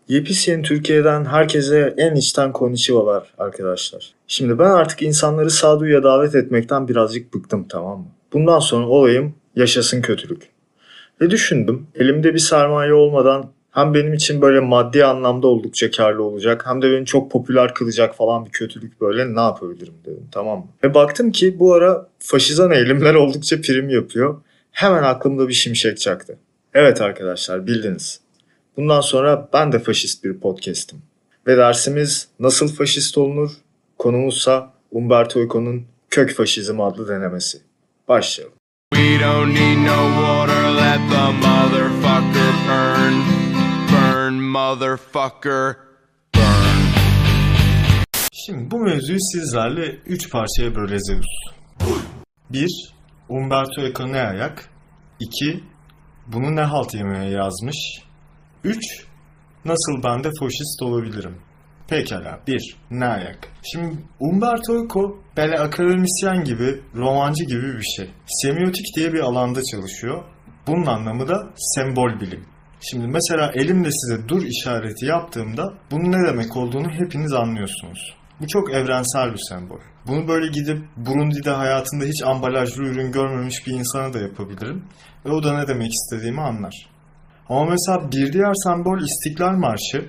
Yepyeni Türkiye'den herkese en içten konnichiwalar arkadaşlar. Şimdi ben artık insanları sağduyuya davet etmekten birazcık bıktım, tamam mı? Bundan sonra olayım yaşasın kötülük. Ve düşündüm, elimde bir sermaye olmadan hem benim için böyle maddi anlamda oldukça karlı olacak hem de beni çok popüler kılacak falan bir kötülük böyle ne yapabilirim dedim, tamam mı? Ve baktım ki bu ara faşizan eğilimler oldukça prim yapıyor. Hemen aklımda bir şimşek çaktı. Evet arkadaşlar, bildiniz. Bundan sonra ben de faşist bir podcast'im. Ve dersimiz nasıl faşist olunur? Konumuzsa Umberto Eco'nun Kök Faşizm adlı denemesi. Başlayalım. We don't need no water, let the motherfucker burn. Burn, motherfucker, burn. Şimdi bu mevzuyu sizlerle 3 parçaya böleceğiz. 1. Umberto Eco ne ayak? 2. Bunu ne halt yemeye yazmış? 3. Nasıl ben de faşist olabilirim? Pekala. 1. Ne ayak? Şimdi Umberto Eco böyle akademisyen gibi, romancı gibi bir şey. Semiotik diye bir alanda çalışıyor. Bunun anlamı da sembol bilim. Şimdi mesela elimle size dur işareti yaptığımda bunun ne demek olduğunu hepiniz anlıyorsunuz. Bu çok evrensel bir sembol. Bunu böyle gidip Burundi'de hayatında hiç ambalajlı ürün görmemiş bir insana da yapabilirim. Ve o da ne demek istediğimi anlar. Ama mesela bir diğer sembol İstiklal Marşı.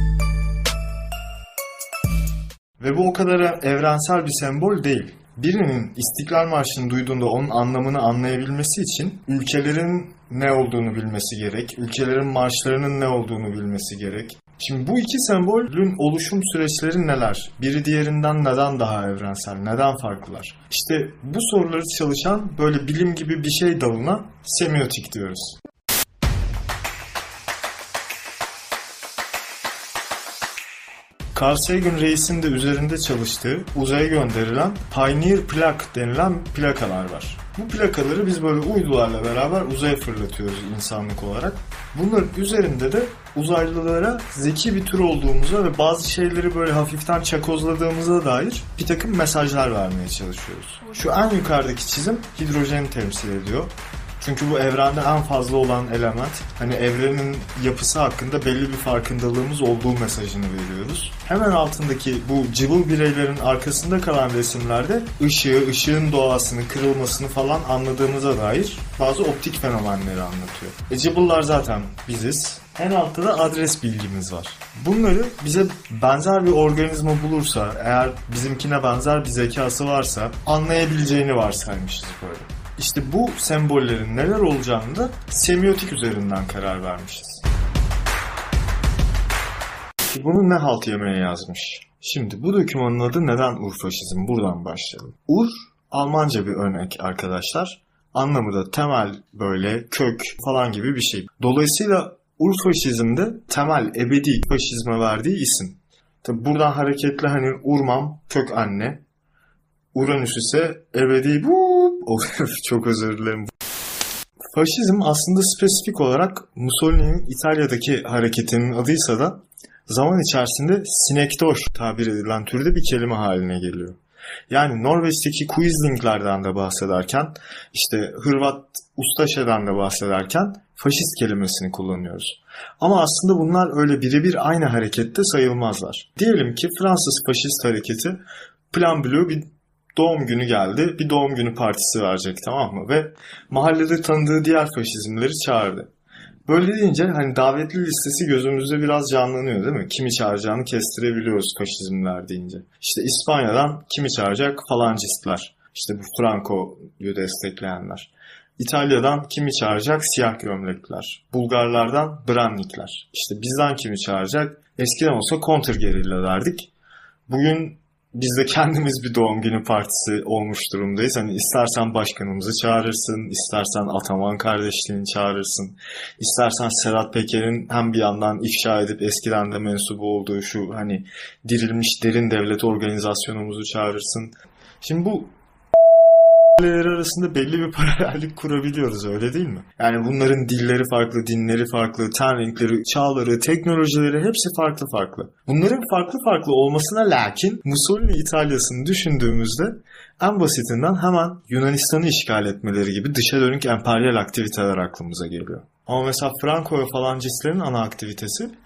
Ve bu o kadar evrensel bir sembol değil. Birinin İstiklal Marşı'nı duyduğunda onun anlamını anlayabilmesi için ülkelerin ne olduğunu bilmesi gerek, ülkelerin marşlarının ne olduğunu bilmesi gerek. Şimdi bu iki sembolün oluşum süreçleri neler? Biri diğerinden neden daha evrensel, neden farklılar? İşte bu soruları çalışan böyle bilim gibi bir şey dalına semiotik diyoruz. Carl Sagan Reis'in de üzerinde çalıştığı uzaya gönderilen Pioneer plak denilen plakalar var. Bu plakaları biz böyle uydularla beraber uzaya fırlatıyoruz insanlık olarak. Bunların üzerinde de uzaylılara zeki bir tür olduğumuza ve bazı şeyleri böyle hafiften çakozladığımıza dair bir takım mesajlar vermeye çalışıyoruz. Şu en yukarıdaki çizim hidrojeni temsil ediyor. Çünkü bu evrende en fazla olan element, hani evrenin yapısı hakkında belli bir farkındalığımız olduğu mesajını veriyoruz. Hemen altındaki bu cıvıl bireylerin arkasında kalan resimlerde ışığın doğasını, kırılmasını falan anladığımıza dair bazı optik fenomenleri anlatıyor. Cıvıllar zaten biziz. En altta da adres bilgimiz var. Bunları bize benzer bir organizma bulursa, eğer bizimkine benzer bir zekası varsa anlayabileceğini varsaymışız böyle. İşte bu sembollerin neler olacağını da semiotik üzerinden karar vermişiz. Bunu ne halt yemeye yazmış? Şimdi bu dokümanın adı neden Urfaşizm? Buradan başlayalım. Ur, Almanca bir örnek arkadaşlar. Anlamı da temel, böyle kök falan gibi bir şey. Dolayısıyla Urfaşizm de temel, ebedi faşizme verdiği isim. Tabi buradan hareketle hani Urmam, kök anne. Uranüs ise ebedi çok özür dilerim. Faşizm aslında spesifik olarak Mussolini'nin İtalya'daki hareketinin adıysa da zaman içerisinde sinekdoş tabir edilen türde bir kelime haline geliyor. Yani Norveç'teki Quislings'lerden de bahsederken, işte Hırvat Ustaşe'den de bahsederken faşist kelimesini kullanıyoruz. Ama aslında bunlar öyle birebir aynı harekette sayılmazlar. Diyelim ki Fransız faşist hareketi Plan Bleu bir doğum günü geldi, bir doğum günü partisi verecek, tamam mı? Ve mahallede tanıdığı diğer faşizmleri çağırdı. Böyle deyince hani davetli listesi gözümüzde biraz canlanıyor değil mi? Kimi çağıracağını kestirebiliyoruz faşizmler deyince. İşte İspanya'dan kimi çağıracak? Falancistler. İşte bu Franco'yu destekleyenler. İtalya'dan kimi çağıracak? Siyah gömlekliler. Bulgarlardan Brannikler. İşte bizden kimi çağıracak? Eskiden olsa kontrgerilla derdik. Bugün biz de kendimiz bir doğum günü partisi olmuş durumdayız. Hani istersen başkanımızı çağırırsın, istersen Ataman kardeşliğini çağırırsın, istersen Sedat Peker'in hem bir yandan ifşa edip eskiden de mensubu olduğu şu hani dirilmiş derin devlet organizasyonumuzu çağırırsın. Şimdi bu arasında belli bir paralellik kurabiliyoruz, öyle değil mi? Yani bunların dilleri farklı, dinleri farklı, ten renkleri, çağları, teknolojileri hepsi farklı farklı. Bunların farklı farklı olmasına lakin Mussolini İtalya'sını düşündüğümüzde en basitinden hemen Yunanistan'ı işgal etmeleri gibi dışa dönük emperyal aktiviteler aklımıza geliyor. Ama mesela Franco ve falancistlerin ana aktivitesi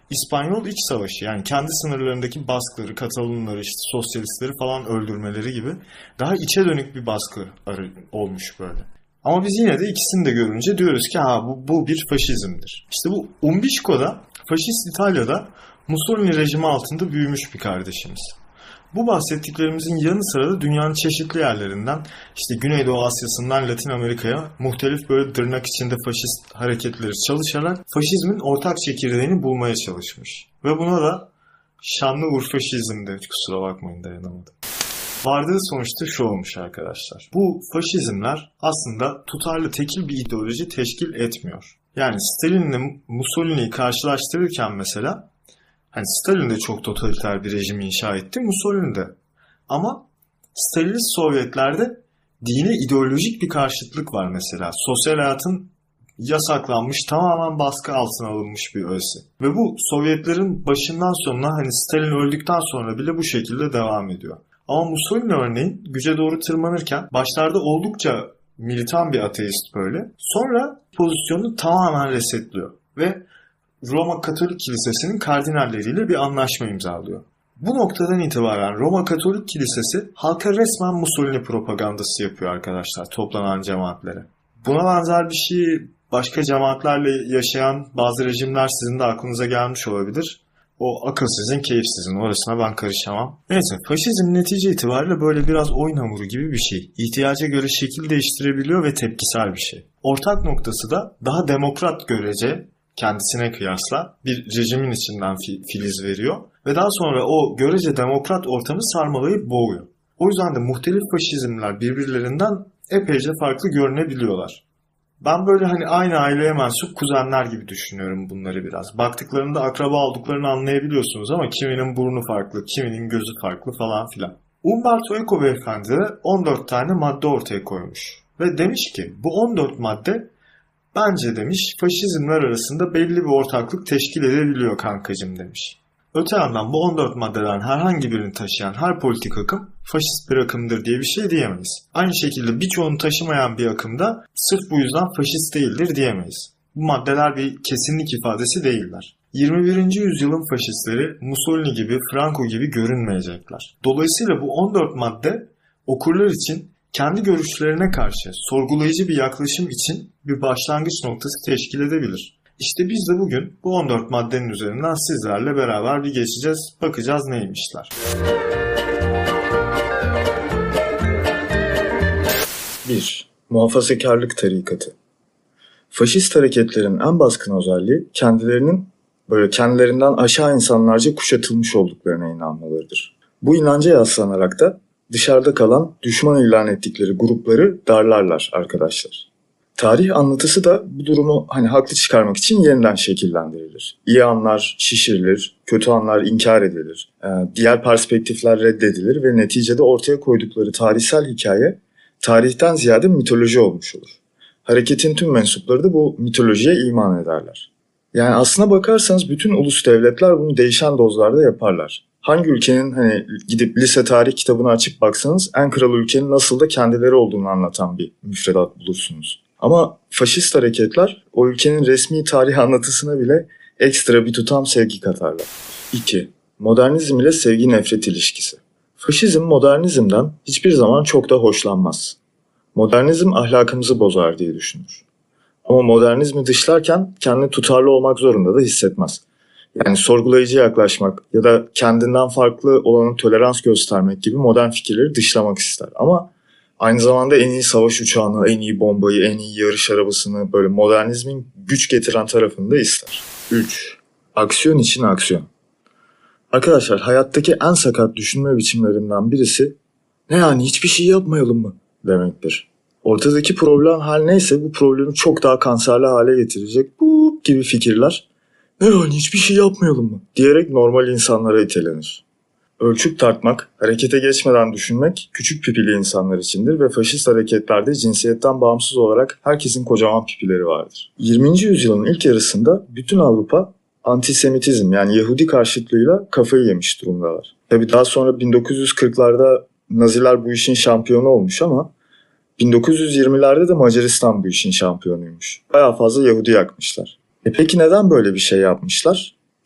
İspanyol İç Savaşı, yani kendi sınırlarındaki baskıları, Katalonları, işte sosyalistleri falan öldürmeleri gibi daha içe dönük bir baskı olmuş böyle. Ama biz yine de ikisini de görünce diyoruz ki bu bir faşizmdir. İşte bu Umbişko'da faşist İtalya'da Mussolini rejimi altında büyümüş bir kardeşimiz. Bu bahsettiklerimizin yanı sıra da dünyanın çeşitli yerlerinden, işte Güneydoğu Asya'sından Latin Amerika'ya muhtelif böyle tırnak içinde faşist hareketleri çalışarak faşizmin ortak çekirdeğini bulmaya çalışmış. Ve buna da Şanlıurfaşizm de, kusura bakmayın dayanamadım. Vardığı sonuçta şu olmuş arkadaşlar. Bu faşizmler aslında tutarlı tekil bir ideoloji teşkil etmiyor. Yani Stalin'le Mussolini'yi karşılaştırırken mesela, hani Stalin de çok totaliter bir rejim inşa etti, Mussolini de. Ama Stalinist Sovyetlerde dine ideolojik bir karşıtlık var mesela. Sosyal hayatın yasaklanmış, tamamen baskı altına alınmış bir öğesi. Ve bu Sovyetlerin başından sonuna, hani Stalin öldükten sonra bile bu şekilde devam ediyor. Ama Mussolini örneğin güce doğru tırmanırken başlarda oldukça militan bir ateist böyle. Sonra pozisyonunu tamamen resetliyor ve Roma Katolik Kilisesi'nin kardinalleriyle bir anlaşma imzalıyor. Bu noktadan itibaren Roma Katolik Kilisesi halka resmen Mussolini propagandası yapıyor arkadaşlar, toplanan cemaatlere. Buna benzer bir şey başka cemaatlerle yaşayan bazı rejimler sizin de aklınıza gelmiş olabilir. O akıl sizin, keyif sizin. Orasına ben karışamam. Neyse, faşizm netice itibariyle böyle biraz oyun hamuru gibi bir şey. İhtiyaca göre şekil değiştirebiliyor ve tepkisel bir şey. Ortak noktası da daha demokrat görece, kendisine kıyasla bir rejimin içinden filiz veriyor. Ve daha sonra o görece demokrat ortamı sarmalayıp boğuyor. O yüzden de muhtelif faşizmler birbirlerinden epeyce farklı görünebiliyorlar. Ben böyle hani aynı aileye mensup kuzenler gibi düşünüyorum bunları biraz. Baktıklarında akraba olduklarını anlayabiliyorsunuz ama kiminin burnu farklı, kiminin gözü farklı falan filan. Umberto Eco beyefendi de 14 tane madde ortaya koymuş. Ve demiş ki bu 14 madde bence demiş faşizmler arasında belli bir ortaklık teşkil edebiliyor kankacım demiş. Öte yandan bu 14 maddeden herhangi birini taşıyan her politik akım faşist bir akımdır diye bir şey diyemeyiz. Aynı şekilde birçoğunu taşımayan bir akım da sırf bu yüzden faşist değildir diyemeyiz. Bu maddeler bir kesinlik ifadesi değiller. 21. yüzyılın faşistleri Mussolini gibi, Franco gibi görünmeyecekler. Dolayısıyla bu 14 madde okurlar için kendi görüşlerine karşı sorgulayıcı bir yaklaşım için bir başlangıç noktası teşkil edebilir. İşte biz de bugün bu 14 maddenin üzerinden sizlerle beraber bir geçeceğiz, bakacağız neymişler. 1. Muhafazakarlık tarikatı. Faşist hareketlerin en baskın özelliği kendilerinden aşağı insanlarca kuşatılmış olduklarına inanmalarıdır. Bu inanca yaslanarak da dışarıda kalan, düşman ilan ettikleri grupları darlarlar arkadaşlar. Tarih anlatısı da bu durumu haklı çıkarmak için yeniden şekillendirilir. İyi anlar şişirilir, kötü anlar inkar edilir, diğer perspektifler reddedilir ve neticede ortaya koydukları tarihsel hikaye tarihten ziyade mitoloji olmuş olur. Hareketin tüm mensupları da bu mitolojiye iman ederler. Yani aslına bakarsanız bütün ulus devletler bunu değişen dozlarda yaparlar. Hangi ülkenin gidip lise tarih kitabını açıp baksanız en kral ülkenin nasıl da kendileri olduğunu anlatan bir müfredat bulursunuz. Ama faşist hareketler o ülkenin resmi tarih anlatısına bile ekstra bir tutam sevgi katarlar. 2. Modernizm ile sevgi nefret ilişkisi. Faşizm modernizmden hiçbir zaman çok da hoşlanmaz. Modernizm ahlakımızı bozar diye düşünür. Ama modernizmi dışlarken kendini tutarlı olmak zorunda da hissetmez. Yani sorgulayıcı yaklaşmak ya da kendinden farklı olana tolerans göstermek gibi modern fikirleri dışlamak ister. Ama aynı zamanda en iyi savaş uçağını, en iyi bombayı, en iyi yarış arabasını, böyle modernizmin güç getiren tarafını da ister. 3. Aksiyon için aksiyon. Arkadaşlar hayattaki en sakat düşünme biçimlerinden birisi ne yani hiçbir şey yapmayalım mı demektir. Ortadaki problem her neyse bu problemi çok daha kanserli hale getirecek bu gibi fikirler ne yani hiçbir şey yapmayalım mı diyerek normal insanlara itelenir. Ölçüp tartmak, harekete geçmeden düşünmek küçük pipili insanlar içindir ve faşist hareketlerde cinsiyetten bağımsız olarak herkesin kocaman pipileri vardır. 20. yüzyılın ilk yarısında bütün Avrupa antisemitizm yani Yahudi karşıtlığıyla kafayı yemiş durumdalar. Tabii daha sonra 1940'larda Naziler bu işin şampiyonu olmuş ama 1920'lerde de Macaristan bu işin şampiyonuymuş. Bayağı fazla Yahudi yakmışlar. Peki neden böyle bir şey yapmışlar?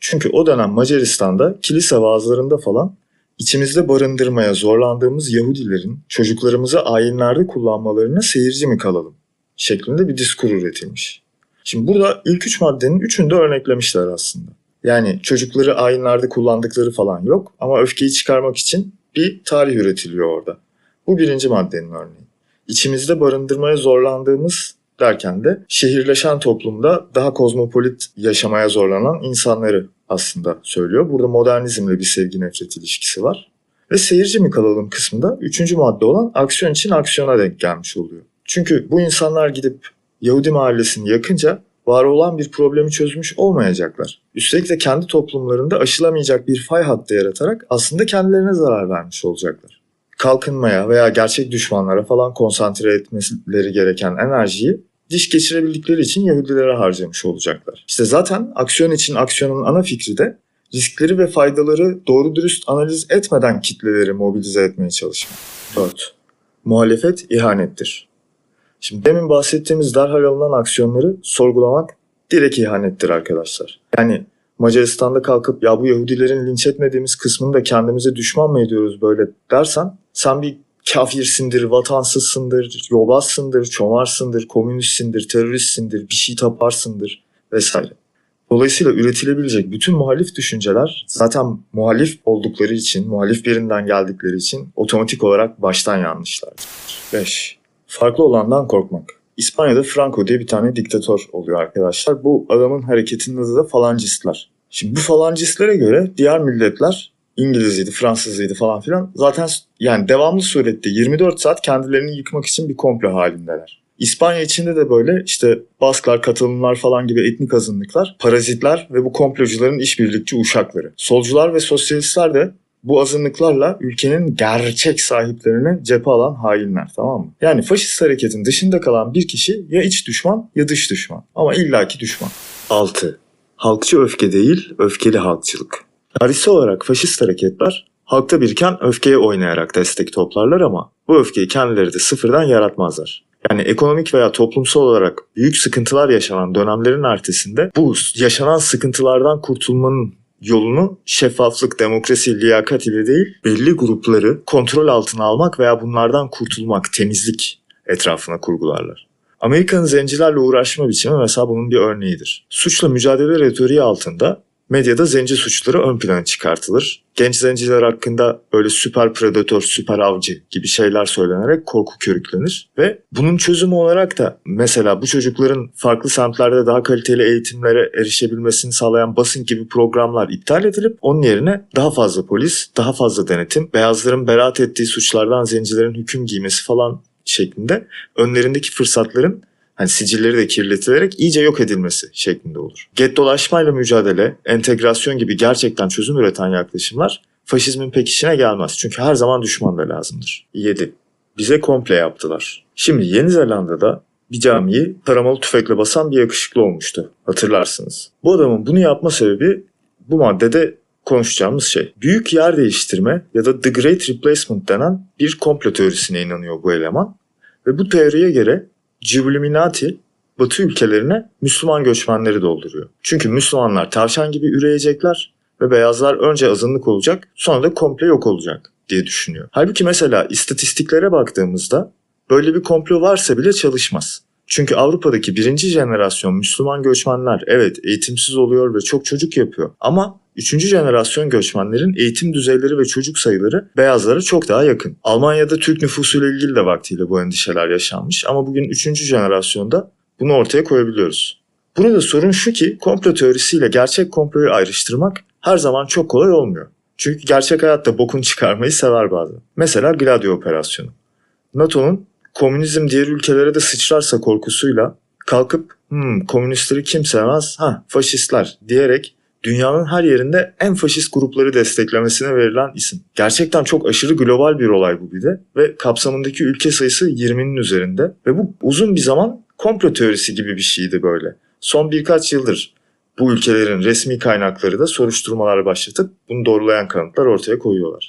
Çünkü o dönem Macaristan'da kilise vaazlarında falan içimizde barındırmaya zorlandığımız Yahudilerin çocuklarımızı ayinlerde kullanmalarına seyirci mi kalalım şeklinde bir diskur üretilmiş. Şimdi burada ilk 3 maddenin 3'ünü de örneklemişler aslında. Yani çocukları ayinlerde kullandıkları falan yok ama öfkeyi çıkarmak için bir tarih üretiliyor orada. Bu birinci maddenin örneği. İçimizde barındırmaya zorlandığımız derken de şehirleşen toplumda daha kozmopolit yaşamaya zorlanan insanları aslında söylüyor. Burada modernizmle bir sevgi nefret ilişkisi var. Ve seyirci mi kalalım kısmında 3. madde olan aksiyon için aksiyona denk gelmiş oluyor. Çünkü bu insanlar gidip Yahudi mahallesini yakınca var olan bir problemi çözmüş olmayacaklar. Üstelik de kendi toplumlarında aşılamayacak bir fay hattı yaratarak aslında kendilerine zarar vermiş olacaklar. Kalkınmaya veya gerçek düşmanlara falan konsantre etmeleri gereken enerjiyi diş geçirebildikleri için Yahudilere harcamış olacaklar. İşte zaten aksiyon için aksiyonun ana fikri de riskleri ve faydaları doğru dürüst analiz etmeden kitleleri mobilize etmeye çalışmak. 4. Muhalefet ihanettir. Şimdi demin bahsettiğimiz derhal alınan aksiyonları sorgulamak direkt ihanettir arkadaşlar. Yani Macaristan'da kalkıp ya bu Yahudilerin linç etmediğimiz kısmını da kendimize düşman mı ediyoruz böyle dersen sen bir kafirsindir, vatansızsındır, yobazsındır, çomarsındır, komünistsindir, teröristsindir, bir şey taparsındır vesaire. Dolayısıyla üretilebilecek bütün muhalif düşünceler zaten muhalif oldukları için, muhalif birinden geldikleri için otomatik olarak baştan yanlışlardır. 5. Farklı olandan korkmak. İspanya'da Franco diye bir tane diktatör oluyor arkadaşlar. Bu adamın hareketinin adı da falancistler. Şimdi bu falancistlere göre diğer milletler İngiliziydi, Fransızıydı falan filan zaten yani devamlı surette 24 saat kendilerini yıkmak için bir komplo halindeler. İspanya içinde de böyle işte Basklar, Katalonlar falan gibi etnik azınlıklar, parazitler ve bu komplocuların işbirlikçi uşakları. Solcular ve sosyalistler de bu azınlıklarla ülkenin gerçek sahiplerini cephe alan hainler, tamam mı? Yani faşist hareketin dışında kalan bir kişi ya iç düşman ya dış düşman ama illaki düşman. 6. Halkçı öfke değil, öfkeli halkçılık. Tarihsel olarak faşist hareketler halkta biriken öfkeye oynayarak destek toplarlar ama bu öfkeyi kendileri de sıfırdan yaratmazlar. Yani ekonomik veya toplumsal olarak büyük sıkıntılar yaşanan dönemlerin ertesinde bu yaşanan sıkıntılardan kurtulmanın yolunu şeffaflık, demokrasi, liyakat ile değil belli grupları kontrol altına almak veya bunlardan kurtulmak, temizlik etrafına kurgularlar. Amerika'nın zencilerle uğraşma biçimi mesela bunun bir örneğidir. Suçla mücadele retoriği altında medyada zenci suçları ön plana çıkartılır. Genç zenciler hakkında böyle süper predatör, süper avcı gibi şeyler söylenerek korku körüklenir. Ve bunun çözümü olarak da mesela bu çocukların farklı semtlerde daha kaliteli eğitimlere erişebilmesini sağlayan basın gibi programlar iptal edilip onun yerine daha fazla polis, daha fazla denetim, beyazların beraat ettiği suçlardan zencilerin hüküm giymesi falan şeklinde önlerindeki fırsatların sicilleri de kirletilerek iyice yok edilmesi şeklinde olur. Gettolaşmayla mücadele, entegrasyon gibi gerçekten çözüm üreten yaklaşımlar faşizmin pek işine gelmez. Çünkü her zaman düşman da lazımdır. 7. Bize komple yaptılar. Şimdi Yeni Zelanda'da bir camiyi taramalı tüfekle basan bir yakışıklı olmuştu. Hatırlarsınız. Bu adamın bunu yapma sebebi bu maddede konuşacağımız şey. Büyük yer değiştirme ya da The Great Replacement denen bir komplo teorisine inanıyor bu eleman. Ve bu teoriye göre Illuminati Batı ülkelerine Müslüman göçmenleri dolduruyor. Çünkü Müslümanlar tavşan gibi üreyecekler ve beyazlar önce azınlık olacak sonra da komple yok olacak diye düşünüyor. Halbuki mesela istatistiklere baktığımızda böyle bir komplo varsa bile çalışmaz. Çünkü Avrupa'daki birinci jenerasyon Müslüman göçmenler evet eğitimsiz oluyor ve çok çocuk yapıyor. Ama 3. jenerasyon göçmenlerin eğitim düzeyleri ve çocuk sayıları beyazlara çok daha yakın. Almanya'da Türk nüfusuyla ilgili de vaktiyle bu endişeler yaşanmış ama bugün 3. jenerasyonda bunu ortaya koyabiliyoruz. Burada sorun şu ki komplo teorisiyle gerçek komployu ayrıştırmak her zaman çok kolay olmuyor. Çünkü gerçek hayatta bokunu çıkarmayı sever bazen. Mesela Gladio operasyonu. NATO'nun komünizm diğer ülkelere de sıçrarsa korkusuyla kalkıp komünistleri kim sevmez? Faşistler diyerek dünyanın her yerinde en faşist grupları desteklemesine verilen isim. Gerçekten çok aşırı global bir olay bu bir de ve kapsamındaki ülke sayısı 20'nin üzerinde ve bu uzun bir zaman komplo teorisi gibi bir şeydi böyle. Son birkaç yıldır bu ülkelerin resmi kaynakları da soruşturmalar başlatıp bunu doğrulayan kanıtlar ortaya koyuyorlar.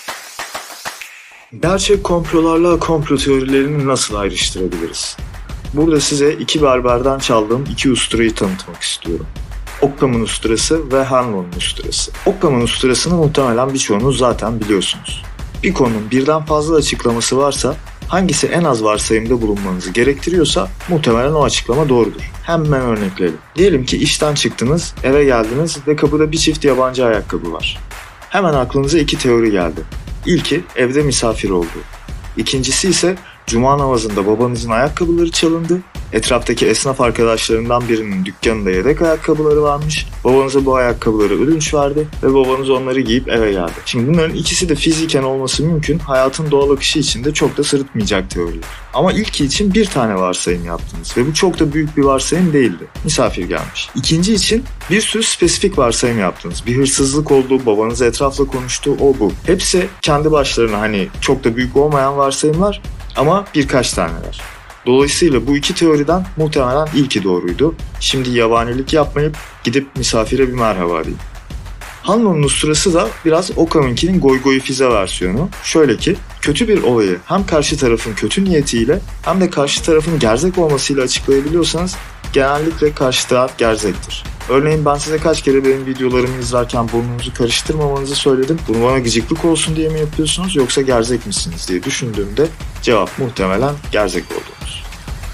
Gerçek komplolarla komplo teorilerini nasıl ayrıştırabiliriz? Burada size iki berberden çaldığım iki usturayı tanıtmak istiyorum. Occam'ın usturası ve Hanlon'un usturası. Occam'ın usturasını muhtemelen birçoğunuz zaten biliyorsunuz. Bir konunun birden fazla açıklaması varsa, hangisi en az varsayımda bulunmanızı gerektiriyorsa muhtemelen o açıklama doğrudur. Hemen örnekleyelim. Diyelim ki işten çıktınız, eve geldiniz ve kapıda bir çift yabancı ayakkabı var. Hemen aklınıza iki teori geldi. İlki evde misafir olduğu. İkincisi ise cuma namazında babanızın ayakkabıları çalındı. Etraftaki esnaf arkadaşlarından birinin dükkanında yedek ayakkabıları varmış. Babanıza bu ayakkabıları ödünç verdi ve babanız onları giyip eve geldi. Şimdi bunların ikisi de fiziken olması mümkün. Hayatın doğal akışı içinde çok da sırıtmayacak teoriler. Ama ilki için bir tane varsayım yaptınız ve bu çok da büyük bir varsayım değildi. Misafir gelmiş. İkinci için bir sürü spesifik varsayım yaptınız. Bir hırsızlık oldu, babanız etrafla konuştu, o bu. Hepsi kendi başlarına çok da büyük olmayan varsayımlar ama birkaç taneler. Dolayısıyla bu iki teoriden muhtemelen ilki doğruydu. Şimdi yabanilik yapmayıp gidip misafire bir merhaba diyeyim. Hanlon'un usturası da biraz Occam'ınkinin goy-goy-fize versiyonu. Şöyle ki, kötü bir olayı hem karşı tarafın kötü niyetiyle hem de karşı tarafın gerzek olmasıyla açıklayabiliyorsanız genellikle karşı taraf gerzektir. Örneğin ben size kaç kere benim videolarımı izlerken burnunuzu karıştırmamanızı söyledim. Bunu bana gıcıklık olsun diye mi yapıyorsunuz yoksa gerzek misiniz diye düşündüğümde cevap muhtemelen gerzek olduğunuz.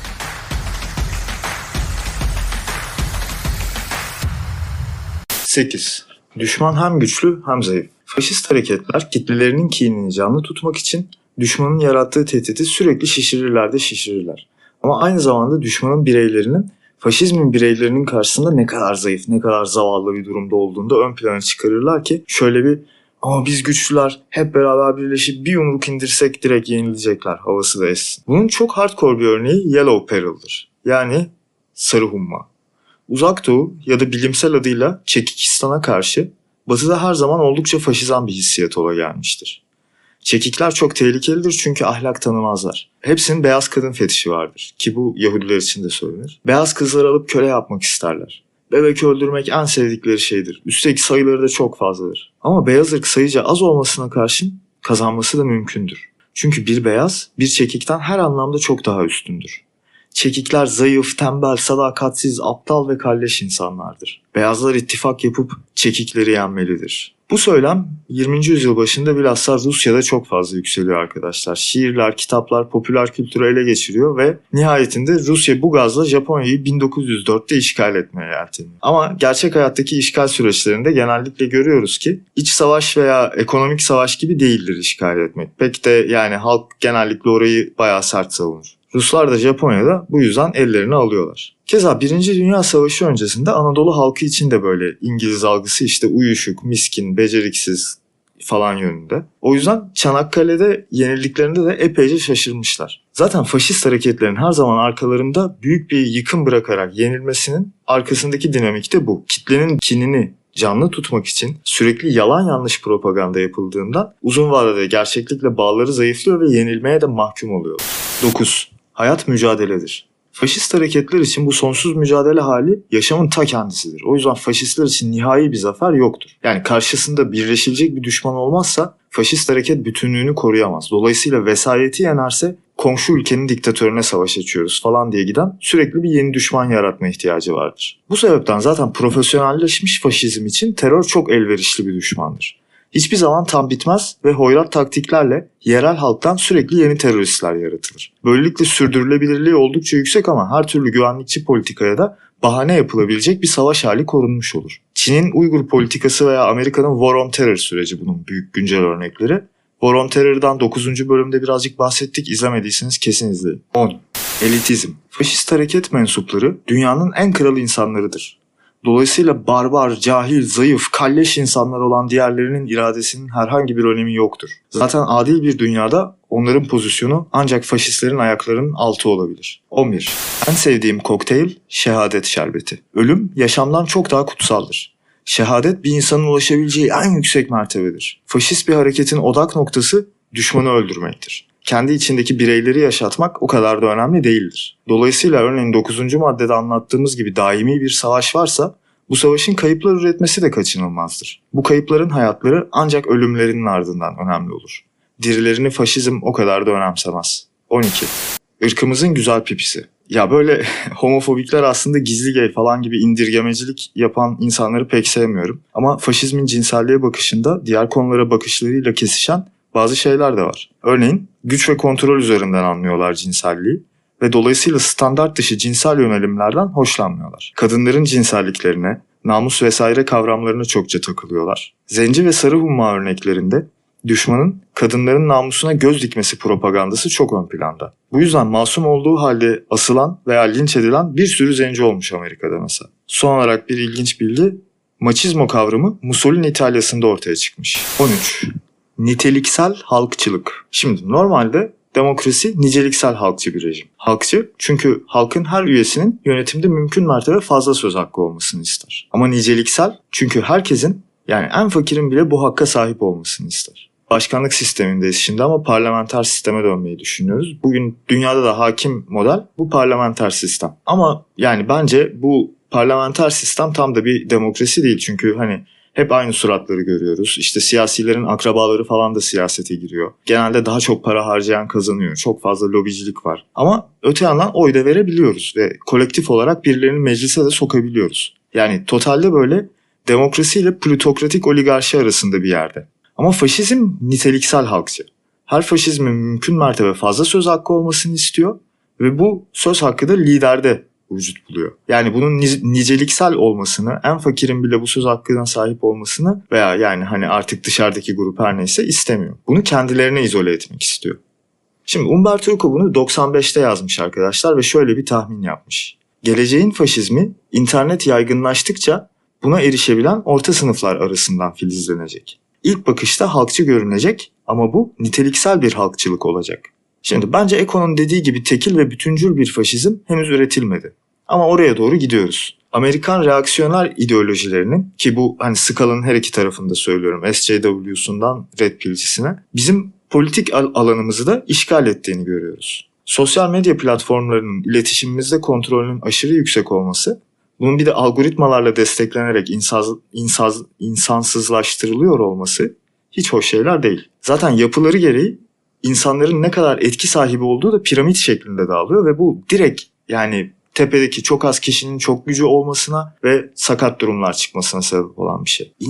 Sekiz. Düşman hem güçlü hem zayıf. Faşist hareketler kitlelerinin kinini canlı tutmak için düşmanın yarattığı tehdidi sürekli şişirirler. Ama aynı zamanda düşmanın bireylerinin faşizmin bireylerinin karşısında ne kadar zayıf, ne kadar zavallı bir durumda olduğunu da ön plana çıkarırlar ki şöyle bir "ama biz güçlüler hep beraber birleşip bir yumruk indirsek direkt yenilecekler" havası da essin. Bunun çok hardcore bir örneği Yellow Peril'dir. Yani sarı humma. Uzak Doğu ya da bilimsel adıyla Çekikistan'a karşı Batı'da her zaman oldukça faşizan bir hissiyat ola gelmiştir. Çekikler çok tehlikelidir çünkü ahlak tanımazlar. Hepsinin beyaz kadın fetişi vardır ki bu Yahudiler için de söylenir. Beyaz kızları alıp köle yapmak isterler. Bebek öldürmek en sevdikleri şeydir. Üstelik sayıları da çok fazladır. Ama beyaz ırk sayıca az olmasına karşın kazanması da mümkündür. Çünkü bir beyaz bir çekikten her anlamda çok daha üstündür. Çekikler zayıf, tembel, sadakatsiz, aptal ve kalleş insanlardır. Beyazlar ittifak yapıp çekikleri yenmelidir. Bu söylem 20. yüzyıl başında bilhassa Rusya'da çok fazla yükseliyor arkadaşlar. Şiirler, kitaplar popüler kültürü ele geçiriyor ve nihayetinde Rusya bu gazla Japonya'yı 1904'te işgal etmeye yelteniyor. Ama gerçek hayattaki işgal süreçlerinde genellikle görüyoruz ki iç savaş veya ekonomik savaş gibi değildir işgal etmek. Pek de halk genellikle orayı bayağı sert savunur. Ruslar da Japonya'da bu yüzden ellerini alıyorlar. Keza 1. Dünya Savaşı öncesinde Anadolu halkı için de böyle İngiliz algısı uyuşuk, miskin, beceriksiz falan yönünde. O yüzden Çanakkale'de yenildiklerinde de epeyce şaşırmışlar. Zaten faşist hareketlerin her zaman arkalarında büyük bir yıkım bırakarak yenilmesinin arkasındaki dinamik de bu. Kitlenin kinini canlı tutmak için sürekli yalan yanlış propaganda yapıldığından uzun vadede gerçeklikle bağları zayıflıyor ve yenilmeye de mahkum oluyor. 9. Hayat mücadeledir. Faşist hareketler için bu sonsuz mücadele hali yaşamın ta kendisidir. O yüzden faşistler için nihai bir zafer yoktur. Yani karşısında birleşilecek bir düşman olmazsa faşist hareket bütünlüğünü koruyamaz. Dolayısıyla vesayeti yenerse komşu ülkenin diktatörüne savaş açıyoruz falan diye giden sürekli bir yeni düşman yaratma ihtiyacı vardır. Bu sebepten zaten profesyonelleşmiş faşizm için terör çok elverişli bir düşmandır. Hiçbir zaman tam bitmez ve hoyrat taktiklerle yerel halktan sürekli yeni teröristler yaratılır. Böylelikle sürdürülebilirliği oldukça yüksek ama her türlü güvenlikçi politikaya da bahane yapılabilecek bir savaş hali korunmuş olur. Çin'in Uygur politikası veya Amerika'nın War on Terror süreci bunun büyük güncel örnekleri. War on Terror'dan 9. bölümde birazcık bahsettik. İzlemediyseniz kesin izleyin. 10. Elitizm. Faşist hareket mensupları dünyanın en kral insanlarıdır. Dolayısıyla barbar, cahil, zayıf, kalleş insanlar olan diğerlerinin iradesinin herhangi bir önemi yoktur. Zaten adil bir dünyada onların pozisyonu ancak faşistlerin ayaklarının altı olabilir. 11. En sevdiğim kokteyl şehadet şerbeti. Ölüm yaşamdan çok daha kutsaldır. Şehadet bir insanın ulaşabileceği en yüksek mertebedir. Faşist bir hareketin odak noktası düşmanı öldürmektir. Kendi içindeki bireyleri yaşatmak o kadar da önemli değildir. Dolayısıyla örneğin 9. maddede anlattığımız gibi daimi bir savaş varsa bu savaşın kayıplar üretmesi de kaçınılmazdır. Bu kayıpların hayatları ancak ölümlerinin ardından önemli olur. Dirilerini faşizm o kadar da önemsemez. 12. Irkımızın güzel pipisi. Ya böyle homofobikler aslında gizli gay falan gibi indirgemecilik yapan insanları pek sevmiyorum. Ama faşizmin cinselliğe bakışında diğer konulara bakışlarıyla kesişen bazı şeyler de var. Örneğin güç ve kontrol üzerinden anlıyorlar cinselliği ve dolayısıyla standart dışı cinsel yönelimlerden hoşlanmıyorlar. Kadınların cinselliklerine, namus vesaire kavramlarına çokça takılıyorlar. Zenci ve sarı humma örneklerinde düşmanın kadınların namusuna göz dikmesi propagandası çok ön planda. Bu yüzden masum olduğu halde asılan veya linç edilen bir sürü zenci olmuş Amerika'da mesela. Son olarak bir ilginç bilgi, maçizmo kavramı Mussolini İtalya'sında ortaya çıkmış. 13. Niteliksel halkçılık. Şimdi normalde demokrasi niceliksel halkçı bir rejim. Halkçı çünkü halkın her üyesinin yönetimde mümkün mertebe fazla söz hakkı olmasını ister. Ama niceliksel çünkü herkesin, yani en fakirin bile bu hakka sahip olmasını ister. Başkanlık sistemindeyiz şimdi ama parlamenter sisteme dönmeyi düşünüyoruz. Bugün dünyada da hakim model bu parlamenter sistem. Ama yani bence bu parlamenter sistem tam da bir demokrasi değil. Çünkü hani hep aynı suratları görüyoruz. İşte siyasilerin akrabaları falan da siyasete giriyor. Genelde daha çok para harcayan kazanıyor. Çok fazla lobicilik var. Ama öte yandan oy da verebiliyoruz ve kolektif olarak birilerini meclise de sokabiliyoruz. Yani totalde böyle demokrasiyle plutokratik oligarşi arasında bir yerde. Ama faşizm niteliksel halkçı. Her faşizmin mümkün mertebe fazla söz hakkı olmasını istiyor ve bu söz hakkı da liderde vücut buluyor. Yani bunun niceliksel olmasını, en fakirin bile bu söz hakkına sahip olmasını veya yani hani artık dışarıdaki grup her neyse istemiyor. Bunu kendilerine izole etmek istiyor. Şimdi Umberto Eco bunu 95'te yazmış arkadaşlar ve şöyle bir tahmin yapmış. Geleceğin faşizmi internet yaygınlaştıkça buna erişebilen orta sınıflar arasından filizlenecek. İlk bakışta halkçı görünecek ama bu niteliksel bir halkçılık olacak. Şimdi bence Eco'nun dediği gibi tekil ve bütüncül bir faşizm henüz üretilmedi. Ama oraya doğru gidiyoruz. Amerikan reaksiyoner ideolojilerinin, ki bu hani skalanın her iki tarafında söylüyorum, SJW'sundan Red Pill'cisine, bizim politik alanımızı da işgal ettiğini görüyoruz. Sosyal medya platformlarının iletişimimizde kontrolünün aşırı yüksek olması, bunun bir de algoritmalarla desteklenerek insansızlaştırılıyor olması hiç hoş şeyler değil. Zaten yapıları gereği insanların ne kadar etki sahibi olduğu da piramit şeklinde dağılıyor ve bu direkt yani tepedeki çok az kişinin çok gücü olmasına ve sakat durumlar çıkmasına sebep olan bir şey.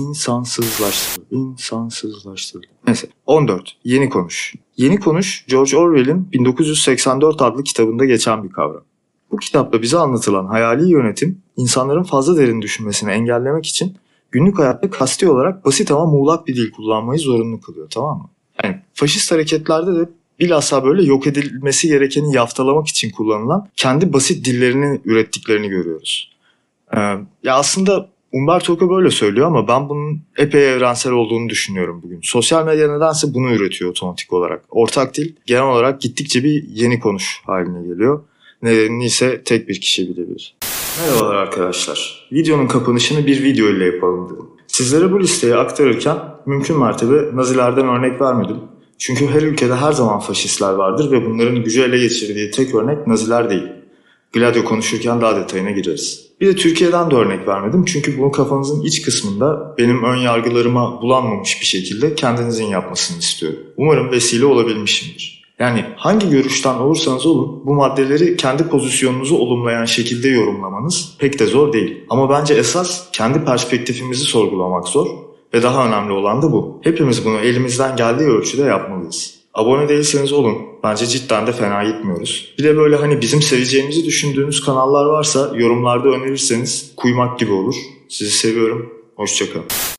İnsansızlaştırılıyor. Neyse. 14. Yeni konuş. Yeni konuş, George Orwell'in 1984 adlı kitabında geçen bir kavram. Bu kitapta bize anlatılan hayali yönetim, insanların fazla derin düşünmesini engellemek için günlük hayatta kasti olarak basit ama muğlak bir dil kullanmayı zorunlu kılıyor, tamam mı? Yani faşist hareketlerde de bilhassa böyle yok edilmesi gerekeni yaftalamak için kullanılan kendi basit dillerini ürettiklerini görüyoruz. Ya aslında Umberto Eco böyle söylüyor ama ben bunun epey evrensel olduğunu düşünüyorum bugün. Sosyal medya nedense bunu üretiyor otomatik olarak. Ortak dil genel olarak gittikçe bir yeni konuş haline geliyor. Nedenini ise tek bir kişi bilebilir. Merhabalar arkadaşlar. Videonun kapanışını bir video ile yapalım dedim. Sizlere bu listeyi aktarırken mümkün mertebe Nazilerden örnek vermedim. Çünkü her ülkede her zaman faşistler vardır ve bunların gücü ele geçirdiği tek örnek Naziler değil. Gladio konuşurken daha detayına gireriz. Bir de Türkiye'den de örnek vermedim çünkü bunu kafanızın iç kısmında benim ön yargılarıma bulanmamış bir şekilde kendinizin yapmasını istiyorum. Umarım vesile olabilmişimdir. Yani hangi görüşten olursanız olun bu maddeleri kendi pozisyonunuzu olumlayan şekilde yorumlamanız pek de zor değil. Ama bence esas kendi perspektifimizi sorgulamak zor ve daha önemli olan da bu. Hepimiz bunu elimizden geldiği ölçüde yapmalıyız. Abone değilseniz olun. Bence cidden de fena gitmiyoruz. Bir de böyle hani bizim seveceğimizi düşündüğünüz kanallar varsa yorumlarda önerirseniz kuymak gibi olur. Sizi seviyorum. Hoşça kalın.